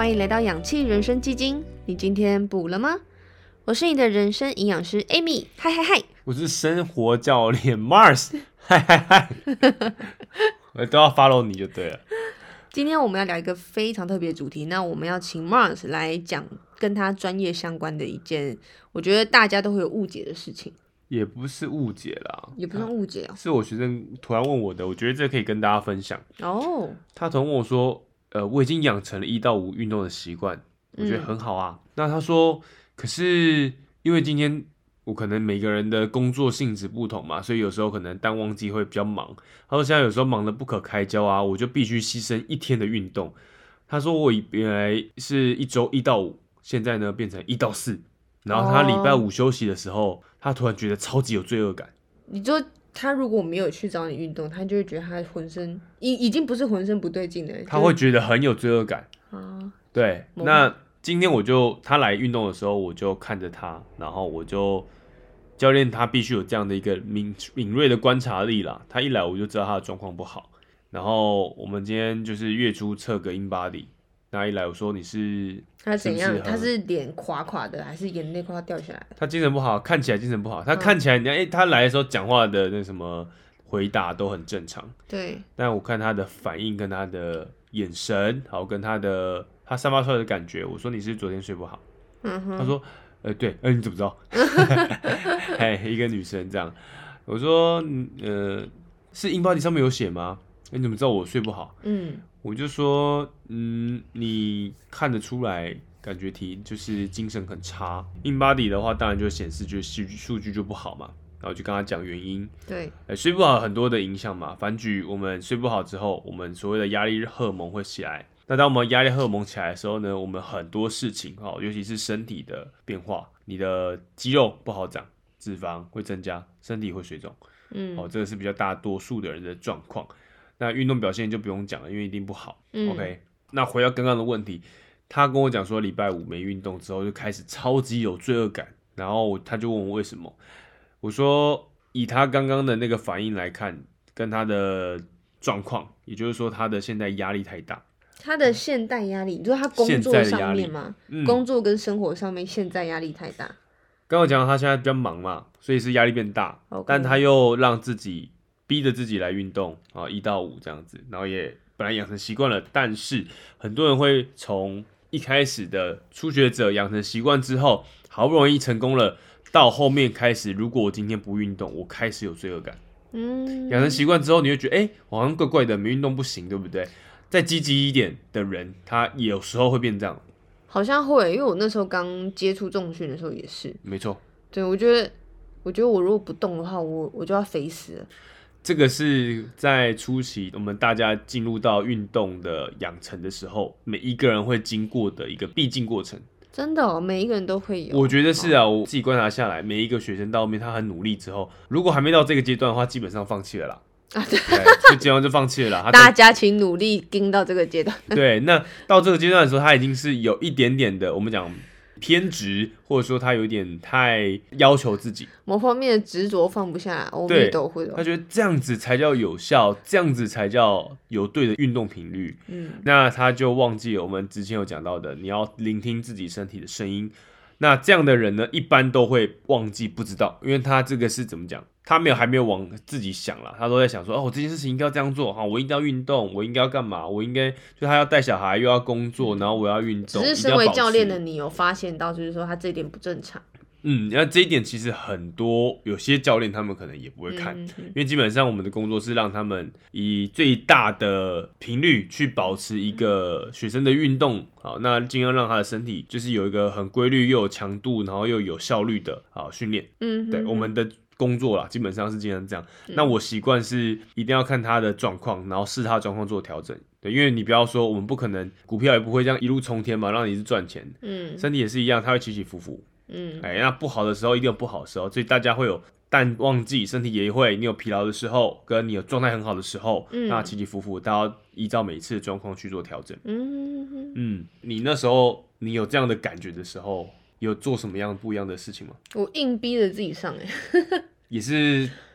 欢迎来到氧气人生基金。你今天补了吗？我是你的人生营养师 Amy， 嗨嗨嗨！ 我是生活教练 Mars， 嗨嗨嗨！我都要 follow 你就对了。 今天我们要聊一个非常特别的主题，那我们要请 Mars 来讲跟他专业相关的一件，我觉得大家都会有误解的事情。 也不是误解啦， 也不算误解哦。 是我学生突然问我的，我觉得这可以跟大家分享。 哦， 他突然问我说，我已经养成了1到5运动的习惯，我觉得很好啊。那他说，可是因为今天我可能每个人的工作性质不同嘛，所以有时候可能淡旺季会比较忙。他说现在有时候忙得不可开交啊，我就必须牺牲1天的运动。他说我原来是1周1到5，现在呢变成1到4。然后他礼拜5休息的时候，他突然觉得超级有罪恶感。 你说他如果没有去找你运动，他就会觉得他浑身已经不是浑身不对劲了， 他会觉得很有罪恶感啊。 对，那今天他来运动的时候，我就看着他，然后我就教练他必须有这样的一个敏锐的观察力啦。他一来我就知道他的状况不好。然后我们今天就是月初测个 InBody， 那一来我说你是他怎样？他是脸垮垮的，还是眼泪快要掉下来？ 他精神不好，看起来精神不好。他看起来，他来的时候讲话的那什么回答都很正常。 对。 但我看他的反应跟他的眼神，还有跟他散发出来的感觉，我说你是昨天睡不好。他说，对，你怎么知道？一个女生这样。我说，是 InBody 上面有写吗？你怎么知道我睡不好？我就说，你看得出来，感觉就是精神很差。InBody 的话，当然就显示就是数据就不好嘛。然后就跟他讲原因。 对， 睡不好很多的影响嘛。反举我们睡不好之后，我们所谓的压力荷尔蒙会起来。那当我们压力荷尔蒙起来的时候呢，我们很多事情，尤其是身体的变化，你的肌肉不好长，脂肪会增加，身体会水肿。这个是比较大多数的人的状况。那运动表现就不用讲了，因为一定不好。OK， 那回到刚刚的问题，他跟我讲说礼拜5没运动之后就开始超级有罪恶感，然后他就问我为什么。我说以他刚刚的那个反应来看，跟他的状况，也就是说他的现在压力太大。 他的现代压力，你说他工作上面吗？工作跟生活上面现在压力太大。 刚刚讲他现在比较忙嘛，所以是压力变大。 Okay. 但他又让自己逼着自己来运动啊，1到5这样子，然后也本来养成习惯了，但是很多人会从一开始的初学者养成习惯之后，好不容易成功了。到后面开始，如果我今天不运动，我开始有罪恶感。养成习惯之后，你会觉得，我好像怪怪的，没运动不行，对不对？再积极一点的人，他有时候会变这样。 好像会，因为我那时候刚接触重训的时候也是。 没错。 对，我觉得我如果不动的话，我就要肥死了。 这个是在初期我们大家进入到运动的养成的时候，每一个人会经过的一个必经过程。真的每一个人都会有。 我觉得是啊，我自己观察下来，每一个学生到后面他很努力之后，如果还没到这个阶段的话，基本上放弃了啦。对，就基本上就放弃了啦。 大家请努力盯到这个阶段。 对，那到这个阶段的时候，他已经是有一点点的，我们讲偏执，或者说他有点太要求自己， 某方面的执着放不下来。阿弥陀佛， 他觉得这样子才叫有效，这样子才叫有对的运动频率。那他就忘记了我们之前有讲到的，你要聆听自己身体的声音。那这样的人呢，一般都会忘记不知道，因为他这个是怎么讲，他还没有往自己想啦，他都在想说，我这件事情应该要这样做，我应该要运动，我应该要干嘛，我应该就他要带小孩又要工作，然后我要运动。 只是身为教练的你有发现到，就是说他这一点不正常。 那这一点其实很多有些教练他们可能也不会看，因为基本上我们的工作是让他们以最大的频率去保持一个学生的运动，好，那尽量让他的身体就是有一个很规律又有强度，然后又有效率的训练。对，我们的工作啦，基本上是尽量这样。那我习惯是一定要看他的状况，然后视他的状况做调整。对，因为你不要说我们不可能股票也不会这样一路冲天嘛，让你是赚钱。身体也是一样，它会起起伏伏。那不好的时候一定有不好的时候，所以大家会有淡旺季，身体也会，你有疲劳的时候，跟你有状态很好的时候，那起起伏伏，大家要依照每一次的状况去做调整。你那时候你有这样的感觉的时候，有做什么样不一样的事情吗？ 我硬逼着自己上也是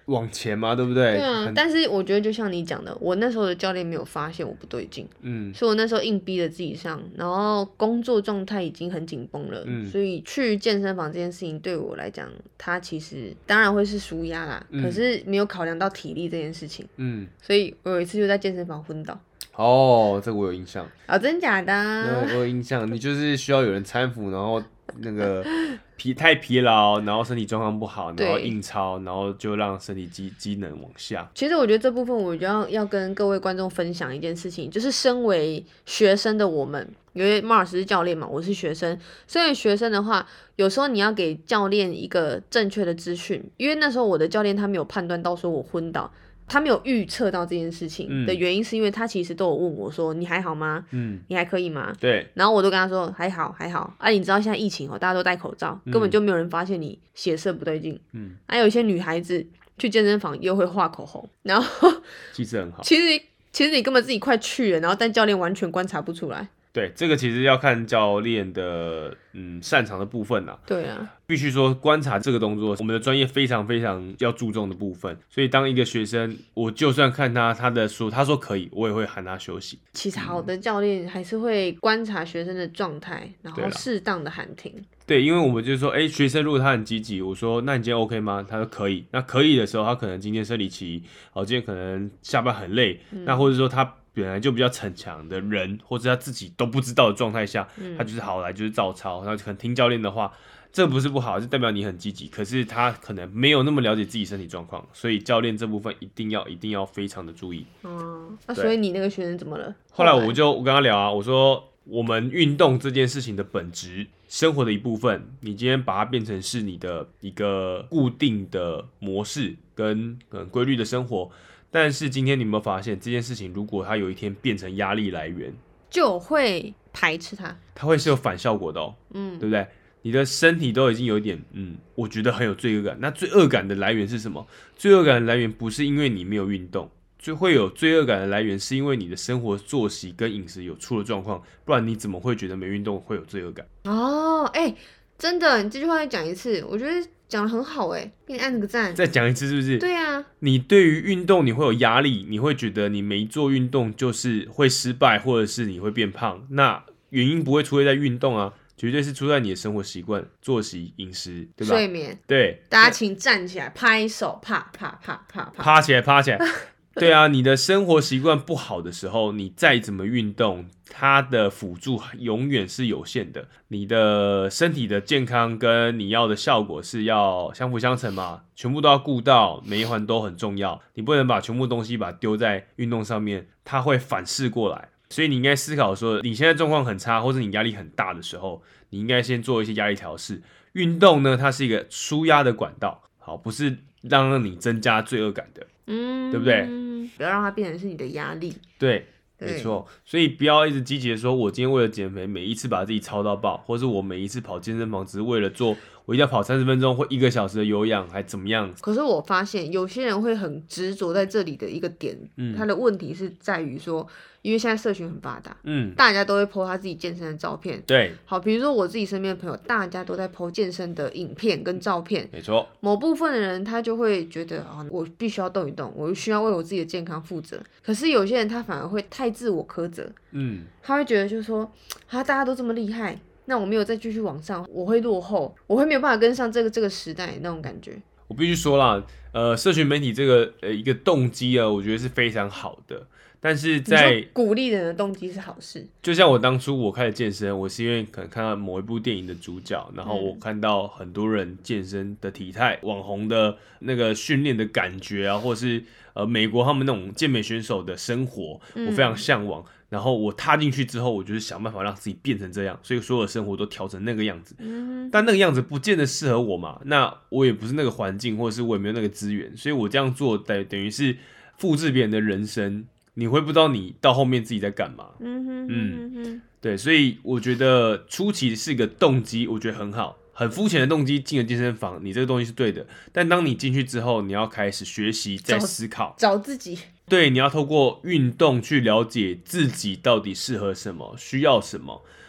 往前嘛，对不对？ 对啊，但是我觉得就像你讲的，我那时候的教练没有发现我不对劲，所以我那时候硬逼着自己上，然后工作状态已经很紧绷了，所以去健身房这件事情对我来讲，它其实当然会是抒压啦，可是没有考量到体力这件事情，所以我有一次就在健身房昏倒。 哦，这个我有印象。 真假的？ 我有印象，你就是需要有人搀扶，然后那个太疲劳，然后身体状况不好，然后硬操，然后就让身体机能往下。 其实我觉得这部分我就要跟各位观众分享一件事情，就是身为学生的我们，因为马尔斯是教练嘛，我是学生。身为学生的话，有时候你要给教练一个正确的资讯，因为那时候我的教练他没有判断到说我昏倒。他没有预测到这件事情的原因，是因为他其实都有问我说：“你还好吗？你还可以吗？” 对。 然后我都跟他说：“还好，还好。”你知道现在疫情大家都戴口罩，根本就没有人发现你血色不对劲。还有一些女孩子去健身房又会画口红，然后其实很好。 其实你根本自己快去了，然后但教练完全观察不出来。 对，这个其实要看教练的擅长的部分啦。 对啊， 必须说观察这个动作，我们的专业非常非常要注重的部分。所以当一个学生，我就算看他说可以，我也会喊他休息。 其实好的教练还是会观察学生的状态，然后适当的喊停。 对，因为我们就是说，学生如果他很积极，我说那你今天 OK 吗？他说可以。那可以的时候，他可能今天生理期，今天可能下班很累，那或者说他本来就比较逞强的人，或者他自己都不知道的状态下，他就是好来就是照抄，然后可能听教练的话，这不是不好，是代表你很积极。可是他可能没有那么了解自己身体状况，所以教练这部分一定要非常的注意。 那所以你那个学生怎么了？ 后来我跟他聊啊，我说我们运动这件事情的本质，生活的一部分，你今天把它变成是你的一个固定的模式跟规律的生活。但是今天你有没有发现，这件事情如果它有一天变成压力来源， 就会排斥它会是有反效果的对不对？你的身体都已经有一点我觉得很有罪恶感。那罪恶感的来源是什么？罪恶感的来源不是因为你没有运动，会有罪恶感的来源是因为你的生活作息跟饮食有出了状况，不然你怎么会觉得没运动会有罪恶感？ 真的，你这句话再讲一次，我觉得讲得很好给你按个赞。 再讲一次是不是？ 对啊， 你对于运动你会有压力，你会觉得你没做运动就是会失败，或者是你会变胖，那原因不会出现在运动啊，绝对是出在你的生活习惯、作息、饮食，对吧？ 睡眠。 对， 大家请站起来，拍手，啪啪啪啪啪， 趴起来。对啊，你的生活习惯不好的时候，你再怎么运动，它的辅助永远是有限的。你的身体的健康跟你要的效果是要相辅相成嘛，全部都要顾到，每一环都很重要。你不能把全部东西把它丢在运动上面，它会反噬过来。所以你应该思考说，你现在状况很差，或者你压力很大的时候，你应该先做一些压力调试。运动呢，它是一个抒压的管道，好，不是让你增加罪恶感的。对不对？ 不要让它变成是你的压力。 对，没错。所以不要一直积极的说，我今天为了减肥，每一次把自己操到爆，或是我每一次跑健身房只是为了做，我一定要跑30分钟或1个小时的有氧，还怎么样？ 可是我发现有些人会很执着在这里的一个点，他的问题是在于说，因为现在社群很发达，大家都会 po 他自己健身的照片。 对， 好，比如说我自己身边的朋友，大家都在 po 健身的影片跟照片。 没错。 某部分的人他就会觉得我必须要动一动，我需要为我自己的健康负责。可是有些人他反而会太自我苛责，他会觉得就是说，大家都这么厉害，那我没有再继续往上，我会落后，我会没有办法跟上这个时代那种感觉。 我必须说啦，社群媒体这个一个动机啊，我觉得是非常好的。但是在鼓励人的动机是好事， 就像我当初我开始健身，我是因为可能看到某一部电影的主角，然后我看到很多人健身的体态、网红的那个训练的感觉啊，或者是美国他们那种健美选手的生活，我非常向往。然后我踏进去之后，我就是想办法让自己变成这样，所以所有的生活都调成那个样子。但那个样子不见得适合我嘛，那我也不是那个环境，或者是我也没有那个资源，所以我这样做等于是复制别人的人生。你会不知道你到后面自己在干嘛。对，所以我觉得初期是个动机，我觉得很好，很肤浅的动机进了健身房，你这个东西是对的。但当你进去之后，你要开始学习，再思考， 找自己。 对，你要透过运动去了解自己到底适合什么，需要什么。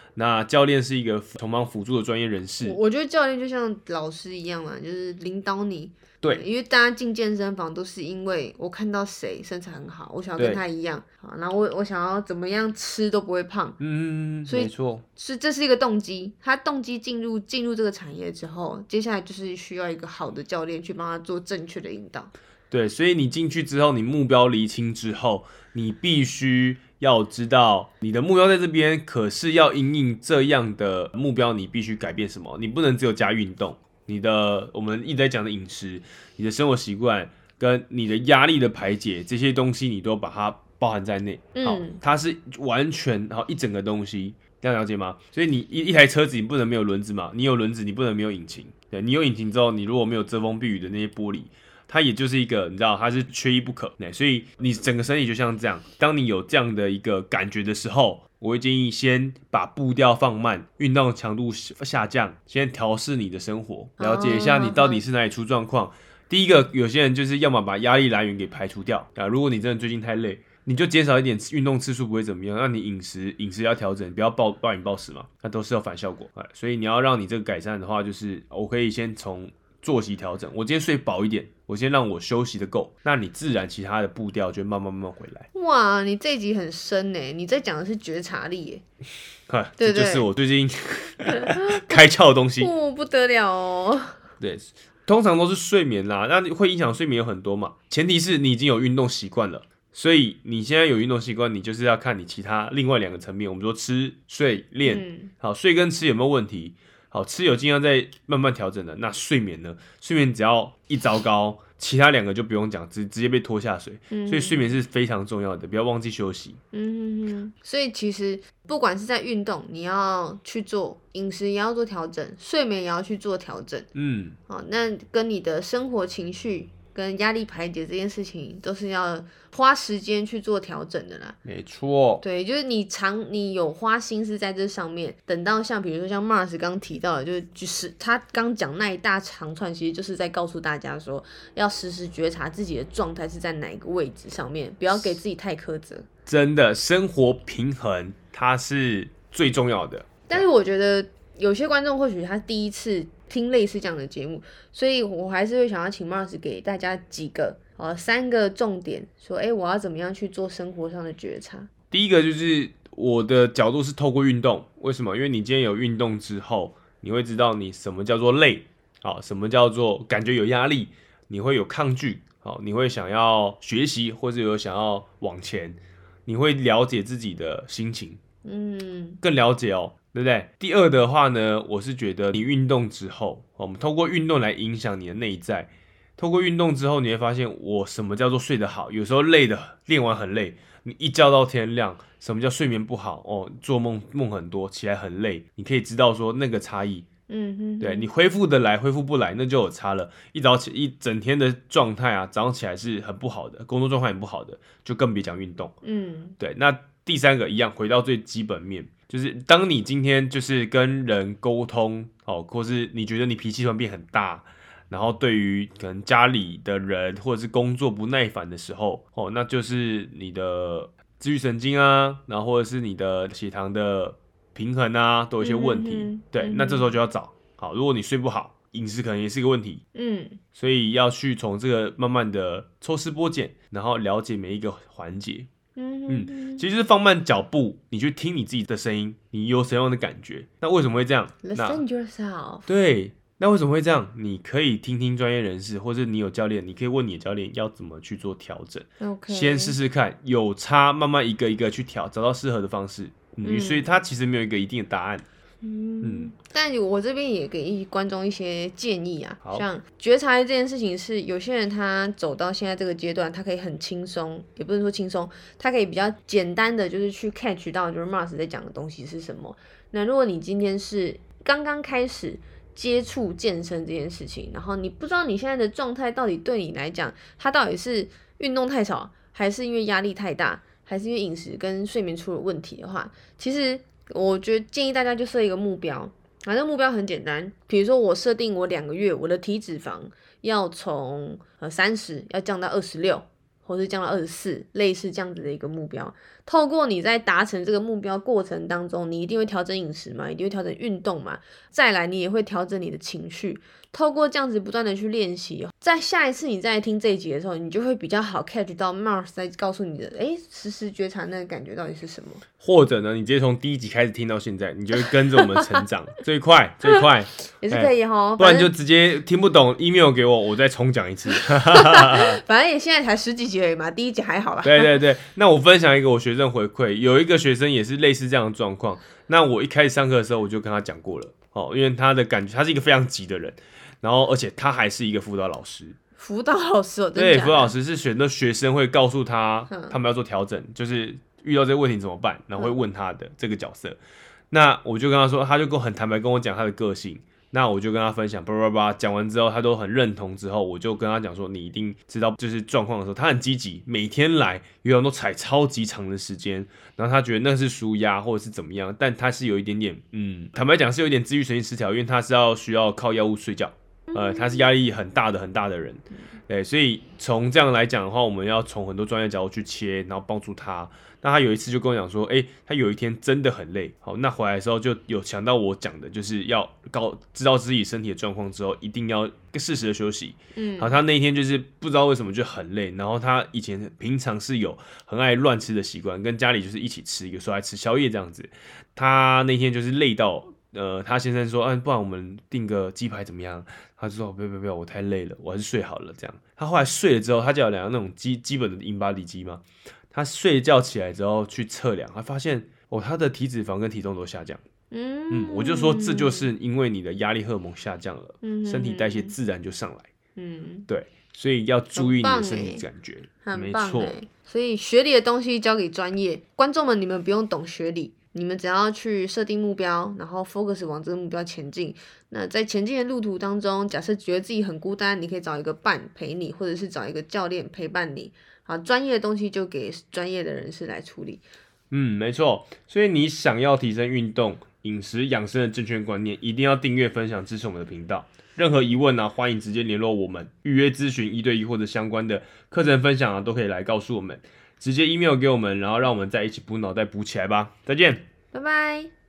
那教练是一个同帮辅助的专业人士。 我觉得教练就像老师一样嘛，就是领导你。 对， 因为大家进健身房都是因为我看到谁身材很好，我想要跟他一样，然后我想要怎么样吃都不会胖，所以没错， 这是一个动机。他动机进入这个产业之后，接下来就是需要一个好的教练去帮他做正确的引导。 对，所以你进去之后，你目标厘清之后，你必须要知道你的目标在这边，可是要因应这样的目标，你必须改变什么？你不能只有加运动。我们一直在讲的饮食、你的生活习惯跟你的压力的排解，这些东西你都把它包含在内。好，它是完全好一整个东西，这样了解吗？所以你一台车子你不能没有轮子嘛，你有轮子你不能没有引擎。对，你有引擎之后，你如果没有遮风避雨的那些玻璃，它也就是一个你知道它是缺一不可。所以你整个身体就像这样，当你有这样的一个感觉的时候，我会建议先把步调放慢，运动强度下降，先调试你的生活，了解一下你到底是哪里出状况。第一个，有些人就是要么把压力来源给排除掉啊，如果你真的最近太累，你就减少一点运动次数不会怎么样，那你饮食要调整，不要暴饮暴食嘛，那都是有反效果。所以你要让你这个改善的话，就是我可以先从作息调整，我今天睡饱一点，我先让我休息的够，那你自然其他的步调就会慢慢回来。 哇，你这一集很深耶，你在讲的是觉察力耶。 这就是我最近开窍的东西。 不得了哦。 对，通常都是睡眠啦，那会影响睡眠有很多嘛，前提是你已经有运动习惯了。所以你现在有运动习惯，你就是要看你其他另外2个层面，我们说吃、睡、练。好，睡跟吃有没有问题？好，吃有尽量在慢慢调整的。那睡眠呢？睡眠只要一糟糕，其他2个就不用讲，直接被拖下水。所以睡眠是非常重要的，不要忘记休息。 所以其实不管是在运动，你要去做饮食也要做调整，睡眠也要去做调整。好，那跟你的生活情绪跟压力排解这件事情都是要花时间去做调整的啦。 没错， 对，就是你有花心思在这上面，等到比如说像 Mars 刚提到的，就是他刚讲那一大长串，其实就是在告诉大家说，要时时觉察自己的状态是在哪一个位置上面，不要给自己太苛责。 真的，生活平衡它是最重要的。 但是我觉得有些观众或许他第一次听类似这样的节目，所以我还是会想要请 Mars 给大家3个重点，说我要怎么样去做生活上的觉察。 第一个就是我的角度是透过运动，为什么？因为你今天有运动之后，你会知道你什么叫做累，什么叫做感觉有压力，你会有抗拒，你会想要学习或者有想要往前，你会了解自己的心情，更了解对不对？第二的话呢，我是觉得你运动之后，我们透过运动来影响你的内在。透过运动之后，你会发现我什么叫做睡得好。有时候累的，练完很累，你一觉到天亮。什么叫睡眠不好？做梦很多，起来很累。你可以知道说那个差异。对，你恢复得来，恢复不来，那就有差了。一整天的状态啊，早上起来是很不好的，工作状态很不好的，就更别讲运动。对。那第3个一样，回到最基本面。就是当你今天就是跟人沟通，或是你觉得你脾气突然变很大，然后对于可能家里的人或者是工作不耐烦的时候，那就是你的自律神经啊，然后或者是你的血糖的平衡啊，都有一些问题。对，那这时候就要找好，如果你睡不好，饮食可能也是一个问题。所以要去从这个慢慢的抽丝剥茧，然后了解每一个环节。其实就是放慢脚步，你去听你自己的声音，你有什么样的感觉？那为什么会这样 ？Listen yourself。 对，那为什么会这样？你可以听听专业人士，或者你有教练，你可以问你的教练要怎么去做调整。先试试看，有差，慢慢一个一个去调，找到适合的方式。所以它其实没有一个一定的答案。 但我这边也给观众一些建议啊，像觉察这件事情是有些人他走到现在这个阶段，他可以很轻松，也不是说轻松，他可以比较简单的就是去 catch 到就是 Mars 在讲的东西是什么。那如果你今天是刚刚开始接触健身这件事情，然后你不知道你现在的状态到底对你来讲，它到底是运动太少，还是因为压力太大，还是因为饮食跟睡眠出了问题的话，其实我觉得建议大家就设一个目标。反正目标很简单，比如说我设定我2个月我的体脂肪要从30要降到26， 或是降到24，类似这样子的一个目标。透过你在达成这个目标过程当中，你一定会调整饮食嘛，一定会调整运动嘛，再来你也会调整你的情绪。透过这样子不断的去练习，在下一次你再听这一集的时候，你就会比较好 catch 到 Mars 在告诉你的，实时觉察那个感觉到底是什么。 或者呢，你直接从第1集开始听到现在，你就会跟着我们成长，最快也是可以齁， 不然就直接听不懂 email 给我再重讲一次。 反正也现在才10几集而已嘛，第1集还好啦。 对，那我分享一个我学生回馈，有一个学生也是类似这样的状况。那我一开始上课的时候我就跟他讲过了，因为他的感觉他是一个非常急的人，然后而且他还是一个辅导老师。 辅导老师哦， 对，辅导老师是选的学生会告诉他他们要做调整，就是遇到这个问题怎么办，然后会问他的这个角色。那我就跟他说，他就很坦白跟我讲他的个性。那我就跟他分享，讲完之后，他都很认同。之后我就跟他讲说，你一定知道就是状况的时候，他很积极，每天来，有人都踩超级长的时间，然后他觉得那是舒压或者是怎么样，但他是有一点点，坦白讲是有一点自律神经失调，因为他是需要靠药物睡觉，他是压力很大的人，对，所以从这样来讲的话，我们要从很多专业角度去切，然后帮助他。那他有一次就跟我讲说，他有一天真的很累，好，那回来的时候就有想到我讲的，就是要知道自己身体的状况之后，一定要适时的休息。好，他那一天就是不知道为什么就很累，然后他平常是有很爱乱吃的习惯，跟家里就是一起吃，有时候还吃宵夜这样子。他那天就是累到，他先生说，不然我们订个鸡排怎么样？他就说不要，我太累了，我还是睡好了这样。他后来睡了之后，他就有量那种基本的 InBody 机嘛。他睡觉起来之后去测量，他发现他的体脂肪跟体重都下降。我就说这就是因为你的压力荷尔蒙下降了，身体代谢自然就上来。对，所以要注意你的身体感觉， 很棒， 没错。 所以学理的东西交给专业观众们，你们不用懂学理，你们只要去设定目标，然后 focus 往这个目标前进。那在前进的路途当中，假设觉得自己很孤单，你可以找一个伴陪你，或者是找一个教练陪伴你。好，专业的东西就给专业的人士来处理。 没错。所以你想要提升运动、饮食、养生的正确观念，一定要订阅、分享、支持我们的频道。任何疑问欢迎直接联络我们，预约咨询1对1或者相关的课程分享都可以来告诉我们，直接 email 给我们，然后让我们再一起补脑袋补起来吧。再见， 拜拜。